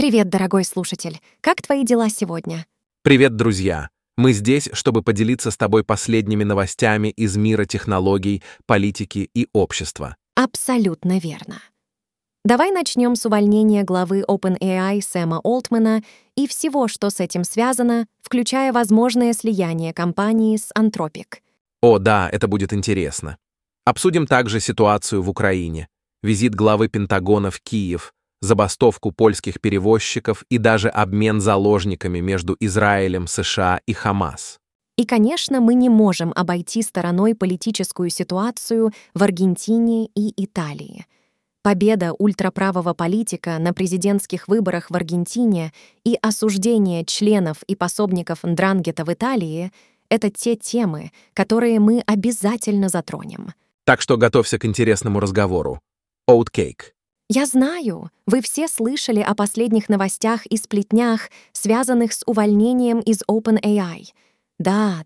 Привет, дорогой слушатель. Как твои дела сегодня? Привет, друзья! Мы здесь, чтобы поделиться с тобой последними новостями из мира технологий, политики и общества. Абсолютно верно. Давай начнем с увольнения главы OpenAI Сэма Олтмана и всего, что с этим связано, включая возможное слияние компании с Anthropic. О, да, это будет интересно. Обсудим также ситуацию в Украине, визит главы Пентагона в Киев, забастовку польских перевозчиков и даже обмен заложниками между Израилем, США и Хамас. И, конечно, мы не можем обойти стороной политическую ситуацию в Аргентине и Италии. Победа ультраправого политика на президентских выборах в Аргентине и осуждение членов и пособников Ндрангета в Италии — это те темы, которые мы обязательно затронем. Так что готовься к интересному разговору. Oatcake. Я знаю, вы все слышали о последних новостях и сплетнях, связанных с увольнением из OpenAI. Да,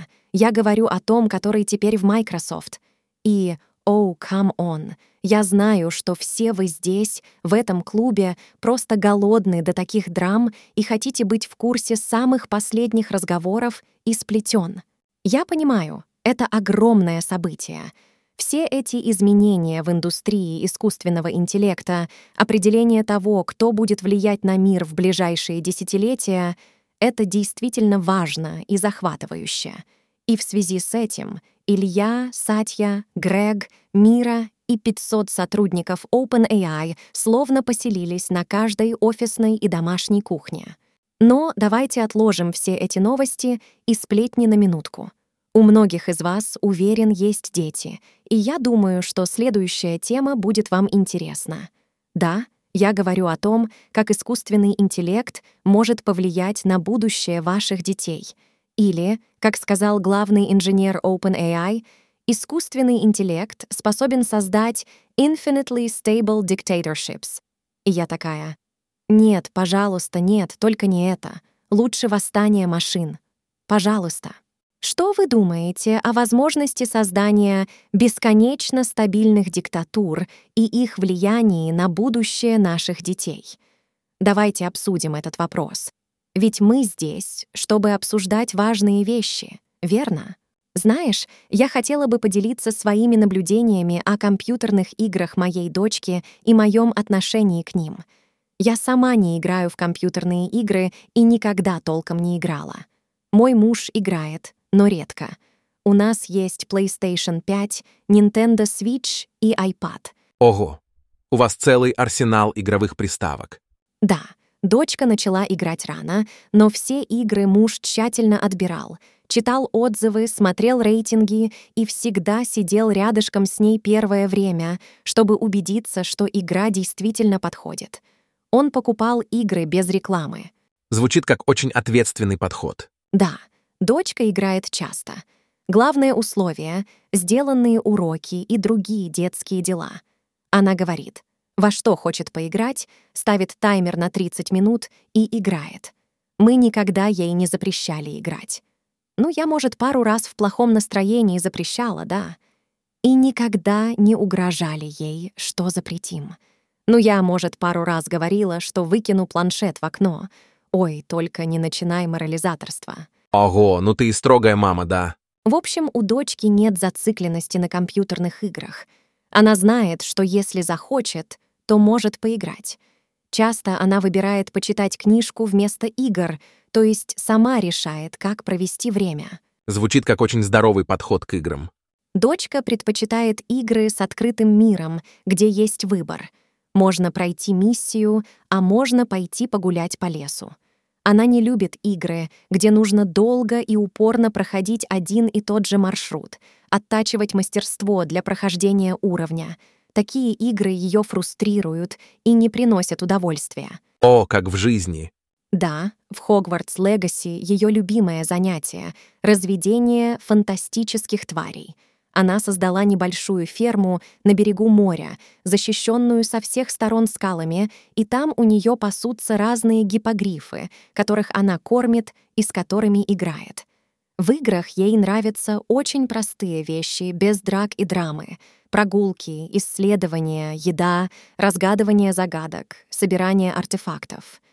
я говорю о том, который теперь в Microsoft. И, come on, я знаю, что все вы здесь, в этом клубе, просто голодны до таких драм и хотите быть в курсе самых последних разговоров и сплетен. Я понимаю, это огромное событие. Все эти изменения в индустрии искусственного интеллекта, определение того, кто будет влиять на мир в ближайшие десятилетия, это действительно важно и захватывающе. И в связи с этим Илья, Сатья, Грег, Мира и 500 сотрудников OpenAI словно поселились на каждой офисной и домашней кухне. Но давайте отложим все эти новости и сплетни на минутку. У многих из вас, уверен, есть дети, и я думаю, что следующая тема будет вам интересна. Да, я говорю о том, как искусственный интеллект может повлиять на будущее ваших детей. Или, как сказал главный инженер OpenAI, искусственный интеллект способен создать infinitely stable dictatorships. И я такая: нет, пожалуйста, нет, только не это. Лучше восстание машин. Пожалуйста. Что вы думаете о возможности создания бесконечно стабильных диктатур и их влиянии на будущее наших детей? Давайте обсудим этот вопрос. Ведь мы здесь, чтобы обсуждать важные вещи, верно? Знаешь, я хотела бы поделиться своими наблюдениями о компьютерных играх моей дочки и моем отношении к ним. Я сама не играю в компьютерные игры и никогда толком не играла. Мой муж играет, но редко. У нас есть PlayStation 5, Nintendo Switch и iPad. Ого, у вас целый арсенал игровых приставок. Да, дочка начала играть рано, но все игры муж тщательно отбирал, читал отзывы, смотрел рейтинги и всегда сидел рядышком с ней первое время, чтобы убедиться, что игра действительно подходит. Он покупал игры без рекламы. Звучит как очень ответственный подход. Да, дочка играет часто. Главное условие — сделанные уроки и другие детские дела. Она говорит, во что хочет поиграть, ставит таймер на 30 минут и играет. Мы никогда ей не запрещали играть. Ну, я, может, пару раз в плохом настроении запрещала, да. И никогда не угрожали ей, что запретим. Ну, я, может, пару раз говорила, что выкину планшет в окно. Ой, только не начинай морализаторство. Ого, ну ты и строгая мама, да. В общем, у дочки нет зацикленности на компьютерных играх. Она знает, что если захочет, то может поиграть. Часто она выбирает почитать книжку вместо игр, то есть сама решает, как провести время. Звучит как очень здоровый подход к играм. Дочка предпочитает игры с открытым миром, где есть выбор. Можно пройти миссию, а можно пойти погулять по лесу. Она не любит игры, где нужно долго и упорно проходить один и тот же маршрут, оттачивать мастерство для прохождения уровня. Такие игры ее фрустрируют и не приносят удовольствия. О, как в жизни. Да, в Хогвартс Легаси ее любимое занятие — разведение фантастических тварей. Она создала небольшую ферму на берегу моря, защищенную со всех сторон скалами, и там у нее пасутся разные гиппогрифы, которых она кормит и с которыми играет. В играх ей нравятся очень простые вещи, без драк и драмы. Прогулки, исследования, еда, разгадывание загадок, собирание артефактов.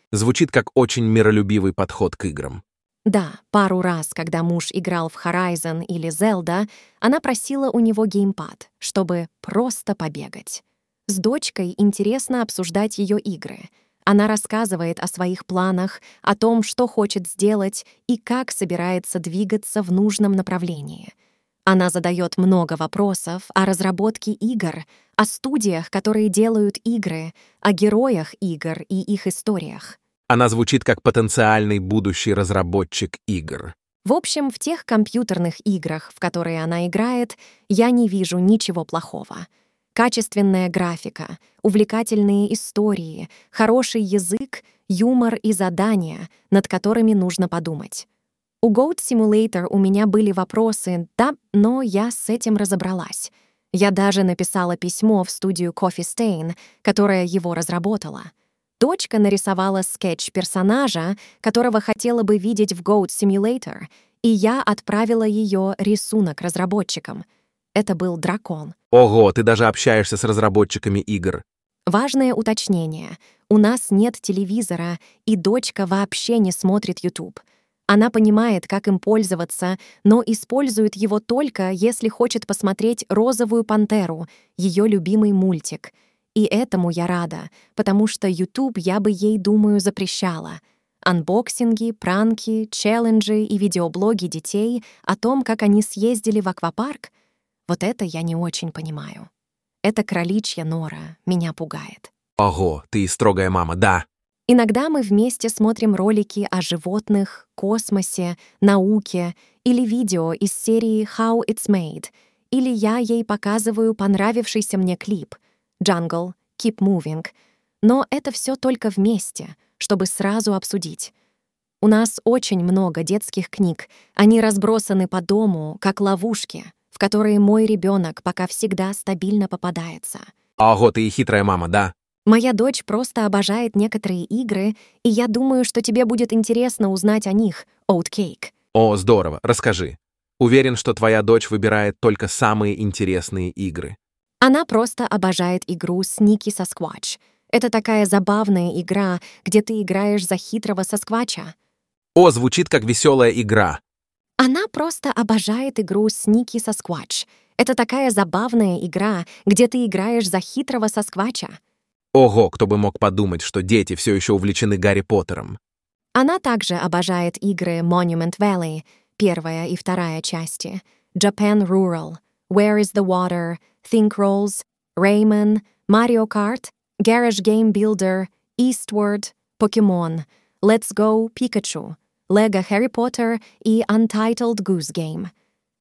Звучит как очень миролюбивый подход к играм. Да, пару раз, когда муж играл в Horizon или Zelda, она просила у него геймпад, чтобы просто побегать. С дочкой интересно обсуждать ее игры. Она рассказывает о своих планах, о том, что хочет сделать и как собирается двигаться в нужном направлении. Она задает много вопросов о разработке игр, о студиях, которые делают игры, о героях игр и их историях. Она звучит как потенциальный будущий разработчик игр. В общем, в тех компьютерных играх, в которые она играет, я не вижу ничего плохого. Качественная графика, увлекательные истории, хороший язык, юмор и задания, над которыми нужно подумать. У Goat Simulator у меня были вопросы, да, но я с этим разобралась. Я даже написала письмо в студию Coffee Stain, которая его разработала. Дочка нарисовала скетч персонажа, которого хотела бы видеть в Goat Simulator, и я отправила ее рисунок разработчикам. Это был дракон. Ого, ты даже общаешься с разработчиками игр. Важное уточнение. У нас нет телевизора, и дочка вообще не смотрит YouTube. Она понимает, как им пользоваться, но использует его только, если хочет посмотреть «Розовую пантеру», ее любимый мультик. И этому я рада, потому что YouTube я бы ей, думаю, запрещала. Анбоксинги, пранки, челленджи и видеоблоги детей о том, как они съездили в аквапарк — вот это я не очень понимаю. Эта кроличья нора меня пугает. Ого, ты и строгая мама, да. Иногда мы вместе смотрим ролики о животных, космосе, науке или видео из серии How It's Made, или я ей показываю понравившийся мне клип Jungle, Keep Moving. Но это все только вместе, чтобы сразу обсудить. У нас очень много детских книг. Они разбросаны по дому, как ловушки, в которые мой ребенок пока всегда стабильно попадается. Ого, ты и хитрая мама, да. Моя дочь просто обожает некоторые игры, и я думаю, что тебе будет интересно узнать о них, Oatcake. О, здорово, расскажи. Уверен, что твоя дочь выбирает только самые интересные игры. Она просто обожает игру Sneaky Sasquatch. Это такая забавная игра, где ты играешь за хитрого сосквача. О, звучит как веселая игра. Она просто обожает игру Sneaky Sasquatch. Это такая забавная игра, где ты играешь за хитрого сосквача. Ого, кто бы мог подумать, что дети все еще увлечены Гарри Поттером. Она также обожает игры Monument Valley, первая и вторая части, Japan Rural, Where is the Water, Think Rolls, Rayman, Mario Kart, Garage Game Builder, Eastward, Pokemon, Let's Go Pikachu, Lego Harry Potter и Untitled Goose Game.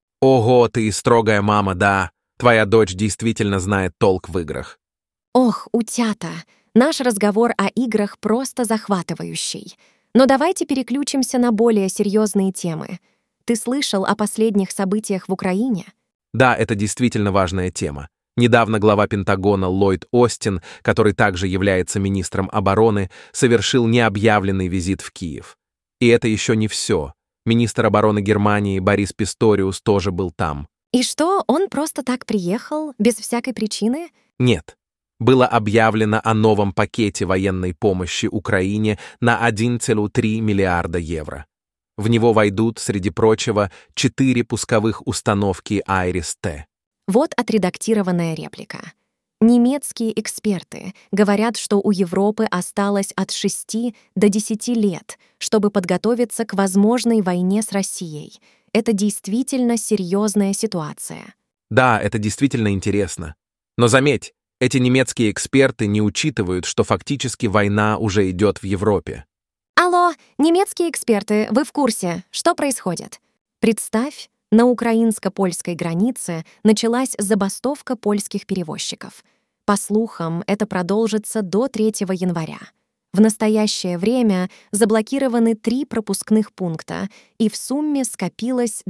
Ого, ты и строгая мама, да. Твоя дочь действительно знает толк в играх. Ох, утята, наш разговор о играх просто захватывающий. Но давайте переключимся на более серьезные темы. Ты слышал о последних событиях в Украине? Да, это действительно важная тема. Недавно глава Пентагона Ллойд Остин, который также является министром обороны, совершил необъявленный визит в Киев. И это еще не все. Министр обороны Германии Борис Писториус тоже был там. И что, он просто так приехал, без всякой причины? Нет. Было объявлено о новом пакете военной помощи Украине на 1,3 миллиарда евро. В него войдут, среди прочего, 4 пусковых установки Айрис-Т. Вот отредактированная реплика. Немецкие эксперты говорят, что у Европы осталось от 6 до 10 лет, чтобы подготовиться к возможной войне с Россией. Это действительно серьезная ситуация. Да, это действительно интересно. Но заметь, эти немецкие эксперты не учитывают, что фактически война уже идет в Европе. Алло, немецкие эксперты, вы в курсе, что происходит? Представь, на украинско-польской границе началась забастовка польских перевозчиков. По слухам, это продолжится до 3 января. В настоящее время заблокированы 3 пропускных пункта, и в сумме скопилось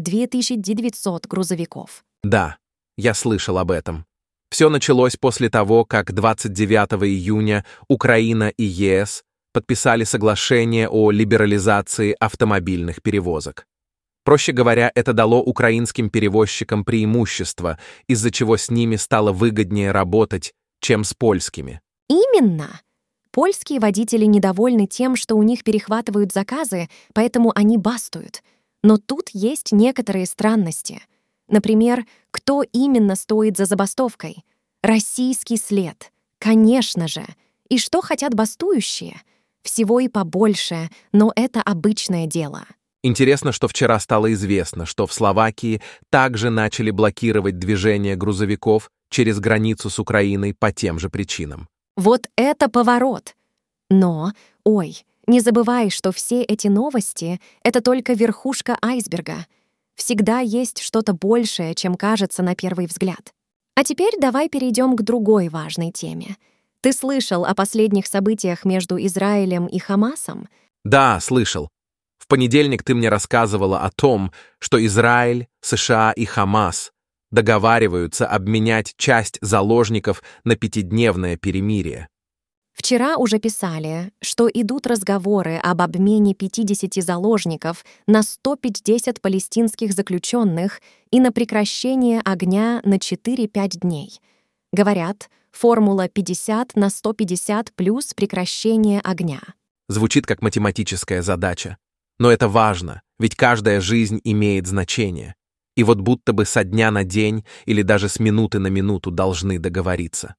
2900 грузовиков. Да, я слышал об этом. Все началось после того, как 29 июня Украина и ЕС подписали соглашение о либерализации автомобильных перевозок. Проще говоря, это дало украинским перевозчикам преимущество, из-за чего с ними стало выгоднее работать, чем с польскими. Именно. Польские водители недовольны тем, что у них перехватывают заказы, поэтому они бастуют. Но тут есть некоторые странности. Например, кто именно стоит за забастовкой? Российский след. Конечно же. И что хотят бастующие? Всего и побольше, но это обычное дело. Интересно, что вчера стало известно, что в Словакии также начали блокировать движение грузовиков через границу с Украиной по тем же причинам. Вот это поворот! Но, не забывай, что все эти новости — это только верхушка айсберга. Всегда есть что-то большее, чем кажется на первый взгляд. А теперь давай перейдем к другой важной теме. Ты слышал о последних событиях между Израилем и Хамасом? Да, слышал. В понедельник ты мне рассказывала о том, что Израиль, США и Хамас договариваются обменять часть заложников на 5-дневное перемирие. Вчера уже писали, что идут разговоры об обмене 50 заложников на 150 палестинских заключенных и на прекращение огня на 4-5 дней. Говорят, формула 50 на 150 плюс прекращение огня. Звучит как математическая задача. Но это важно, ведь каждая жизнь имеет значение. И вот будто бы со дня на день или даже с минуты на минуту должны договориться.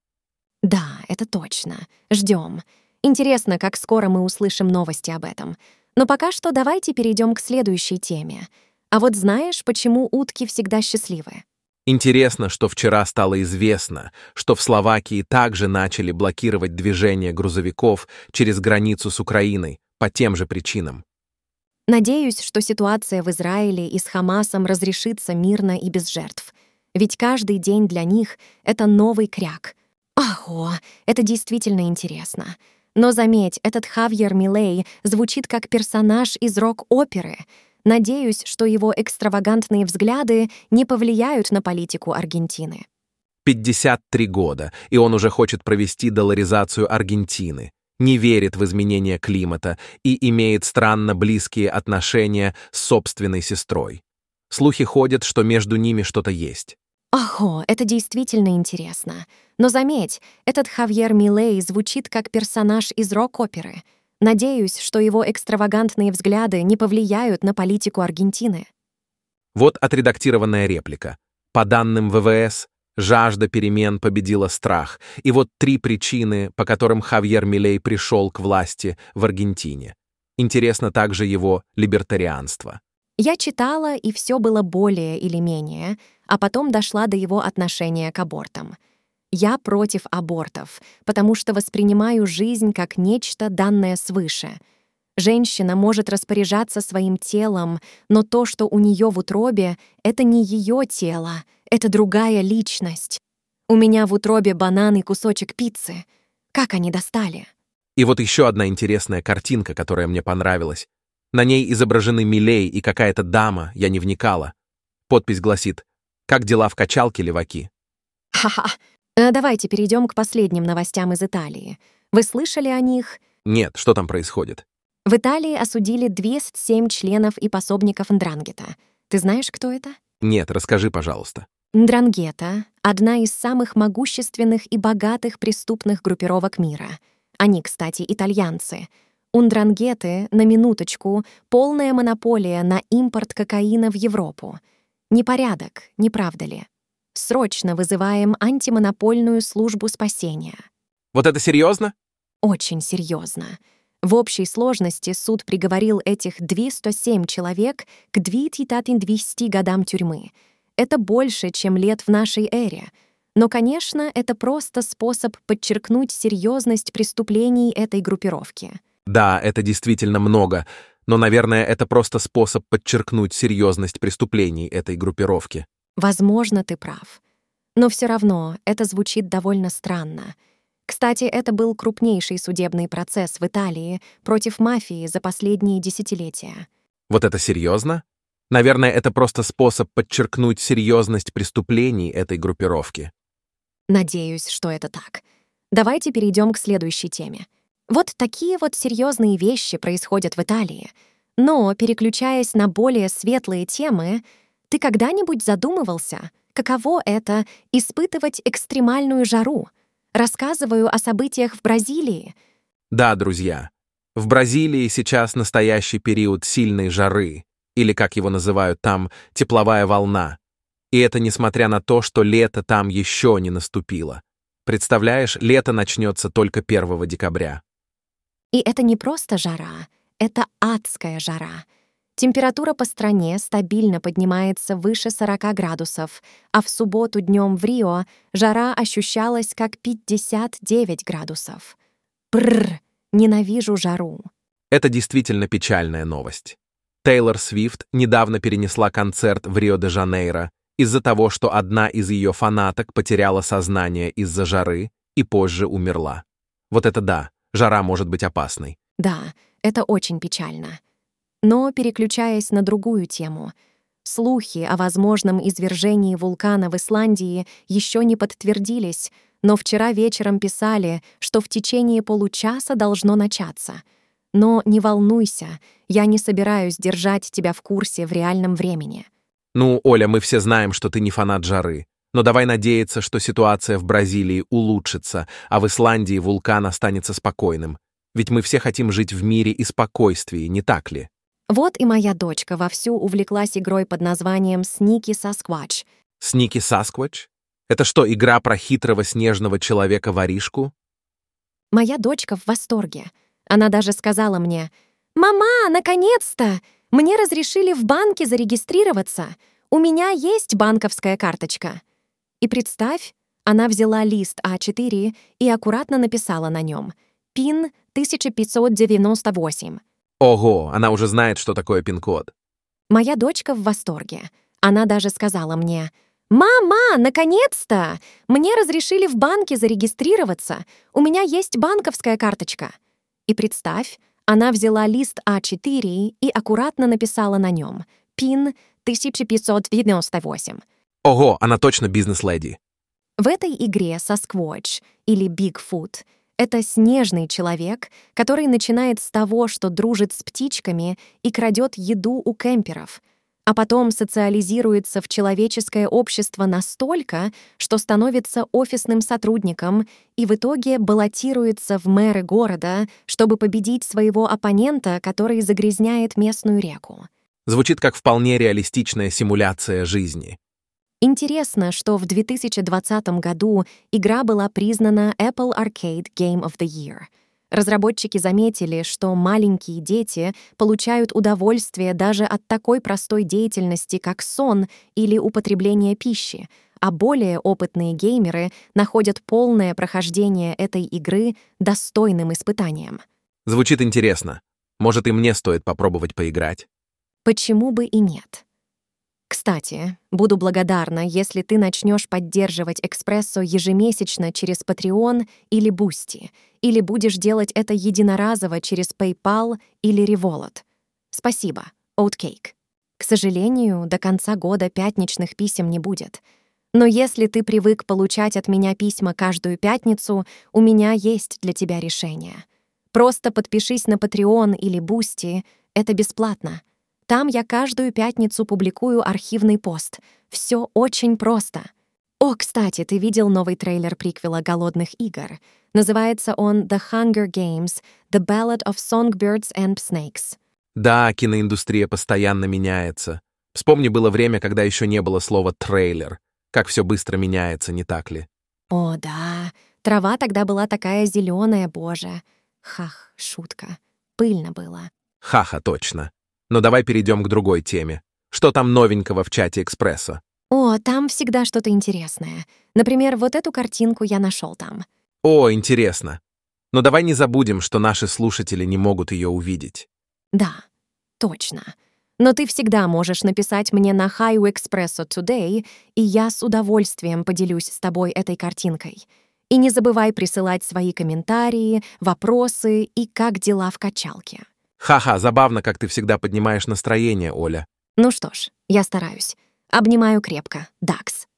Да, это точно. Ждем. Интересно, как скоро мы услышим новости об этом. Но пока что давайте перейдем к следующей теме. А вот знаешь, почему утки всегда счастливы? Интересно, что вчера стало известно, что в Словакии также начали блокировать движение грузовиков через границу с Украиной по тем же причинам. Надеюсь, что ситуация в Израиле и с Хамасом разрешится мирно и без жертв. Ведь каждый день для них — это новый кряк. Ого, это действительно интересно. Но заметь, этот Хавьер Милей звучит как персонаж из рок-оперы. Надеюсь, что его экстравагантные взгляды не повлияют на политику Аргентины. 53 года, и он уже хочет провести долларизацию Аргентины, не верит в изменение климата и имеет странно близкие отношения с собственной сестрой. Слухи ходят, что между ними что-то есть. Ого, это действительно интересно. Но заметь, этот Хавьер Милей звучит как персонаж из рок-оперы. Надеюсь, что его экстравагантные взгляды не повлияют на политику Аргентины. Вот отредактированная реплика. По данным ВВС, жажда перемен победила страх. И вот 3 причины, по которым Хавьер Милей пришел к власти в Аргентине. Интересно также его либертарианство. Я читала, и все было более или менее, а потом дошла до его отношения к абортам. Я против абортов, потому что воспринимаю жизнь как нечто, данное свыше. Женщина может распоряжаться своим телом, но то, что у нее в утробе, это не ее тело, это другая личность. У меня в утробе банан и кусочек пиццы. Как они достали? И вот еще одна интересная картинка, которая мне понравилась. На ней изображены Милей и какая-то дама, я не вникала. Подпись гласит: «Как дела в качалке, леваки?» Ха-ха. Давайте перейдем к последним новостям из Италии. Вы слышали о них? Нет, что там происходит? В Италии осудили 207 членов и пособников Ндрангета. Ты знаешь, кто это? Нет, расскажи, пожалуйста. Ндрангета — одна из самых могущественных и богатых преступных группировок мира. Они, кстати, итальянцы. У Ндрангеты, на минуточку, полная монополия на импорт кокаина в Европу. Непорядок, не правда ли? Срочно вызываем антимонопольную службу спасения. Вот это серьезно? Очень серьезно. В общей сложности суд приговорил этих 207 человек к 2200 годам тюрьмы. Это больше, чем лет в нашей эре. Но, конечно, это просто способ подчеркнуть серьезность преступлений этой группировки. Да, это действительно много, но, наверное, это просто способ подчеркнуть серьезность преступлений этой группировки. Возможно, ты прав. Но все равно это звучит довольно странно. Кстати, это был крупнейший судебный процесс в Италии против мафии за последние десятилетия. Вот это серьезно? Наверное, это просто способ подчеркнуть серьезность преступлений этой группировки. Надеюсь, что это так. Давайте перейдем к следующей теме. Вот такие вот серьезные вещи происходят в Италии. Но, переключаясь на более светлые темы, ты когда-нибудь задумывался, каково это — испытывать экстремальную жару? Рассказываю о событиях в Бразилии. Да, друзья, в Бразилии сейчас настоящий период сильной жары, или, как его называют там, тепловая волна. И это несмотря на то, что лето там еще не наступило. Представляешь, лето начнется только 1 декабря. И это не просто жара, это адская жара. Температура по стране стабильно поднимается выше 40 градусов, а в субботу днем в Рио жара ощущалась как 59 градусов. Бррр, ненавижу жару. Это действительно печальная новость. Тейлор Свифт недавно перенесла концерт в Рио-де-Жанейро из-за того, что одна из ее фанаток потеряла сознание из-за жары и позже умерла. Вот это да, жара может быть опасной. Да, это очень печально. Но, переключаясь на другую тему, слухи о возможном извержении вулкана в Исландии еще не подтвердились, но вчера вечером писали, что в течение получаса должно начаться. Но не волнуйся, я не собираюсь держать тебя в курсе в реальном времени. Ну, Оля, мы все знаем, что ты не фанат жары. Но давай надеяться, что ситуация в Бразилии улучшится, а в Исландии вулкан останется спокойным. Ведь мы все хотим жить в мире и спокойствии, не так ли? Вот и моя дочка вовсю увлеклась игрой под названием «Сники Sasquatch». Сники Саскватч? Это что, игра про хитрого снежного человека-воришку? Моя дочка в восторге. Она даже сказала мне: «Мама, наконец-то! Мне разрешили в банке зарегистрироваться. У меня есть банковская карточка». И представь, она взяла лист А4 и аккуратно написала на нем «ПИН 1598». Ого, она уже знает, что такое пин-код. Моя дочка в восторге. Она даже сказала мне: «Мама, наконец-то! Мне разрешили в банке зарегистрироваться. У меня есть банковская карточка». И представь, она взяла лист А4 и аккуратно написала на нем «ПИН 1598». Ого, она точно бизнес-леди. В этой игре Sasquatch или Bigfoot — это снежный человек, который начинает с того, что дружит с птичками и крадет еду у кемперов, а потом социализируется в человеческое общество настолько, что становится офисным сотрудником и в итоге баллотируется в мэры города, чтобы победить своего оппонента, который загрязняет местную реку. Звучит как вполне реалистичная симуляция жизни. Интересно, что в 2020 году игра была признана Apple Arcade Game of the Year. Разработчики заметили, что маленькие дети получают удовольствие даже от такой простой деятельности, как сон или употребление пищи, а более опытные геймеры находят полное прохождение этой игры достойным испытанием. Звучит интересно. Может, и мне стоит попробовать поиграть? Почему бы и нет? Кстати, буду благодарна, если ты начнешь поддерживать «Экспрессо» ежемесячно через Patreon или Boosty, или будешь делать это единоразово через PayPal или Revolut. Спасибо, Oatcake. К сожалению, до конца года пятничных писем не будет. Но если ты привык получать от меня письма каждую пятницу, у меня есть для тебя решение. Просто подпишись на Patreon или Boosty, это бесплатно. Там я каждую пятницу публикую архивный пост. Все очень просто. О, кстати, ты видел новый трейлер приквела «Голодных игр»? Называется он «The Hunger Games: The Ballad of Songbirds and Snakes». Да, киноиндустрия постоянно меняется. Вспомни, было время, когда еще не было слова «трейлер». Как все быстро меняется, не так ли? О, да. Трава тогда была такая зеленая, боже. Хах, шутка. Пыльно было. Ха-ха, точно. Но давай перейдем к другой теме. Что там новенького в чате «Экспрессо»? О, там всегда что-то интересное. Например, вот эту картинку я нашел там. О, интересно. Но давай не забудем, что наши слушатели не могут ее увидеть. Да, точно. Но ты всегда можешь написать мне на Hi Expresso Today, и я с удовольствием поделюсь с тобой этой картинкой. И не забывай присылать свои комментарии, вопросы и как дела в качалке. Ха-ха, забавно, как ты всегда поднимаешь настроение, Оля. Ну что ж, я стараюсь. Обнимаю крепко. Дакс.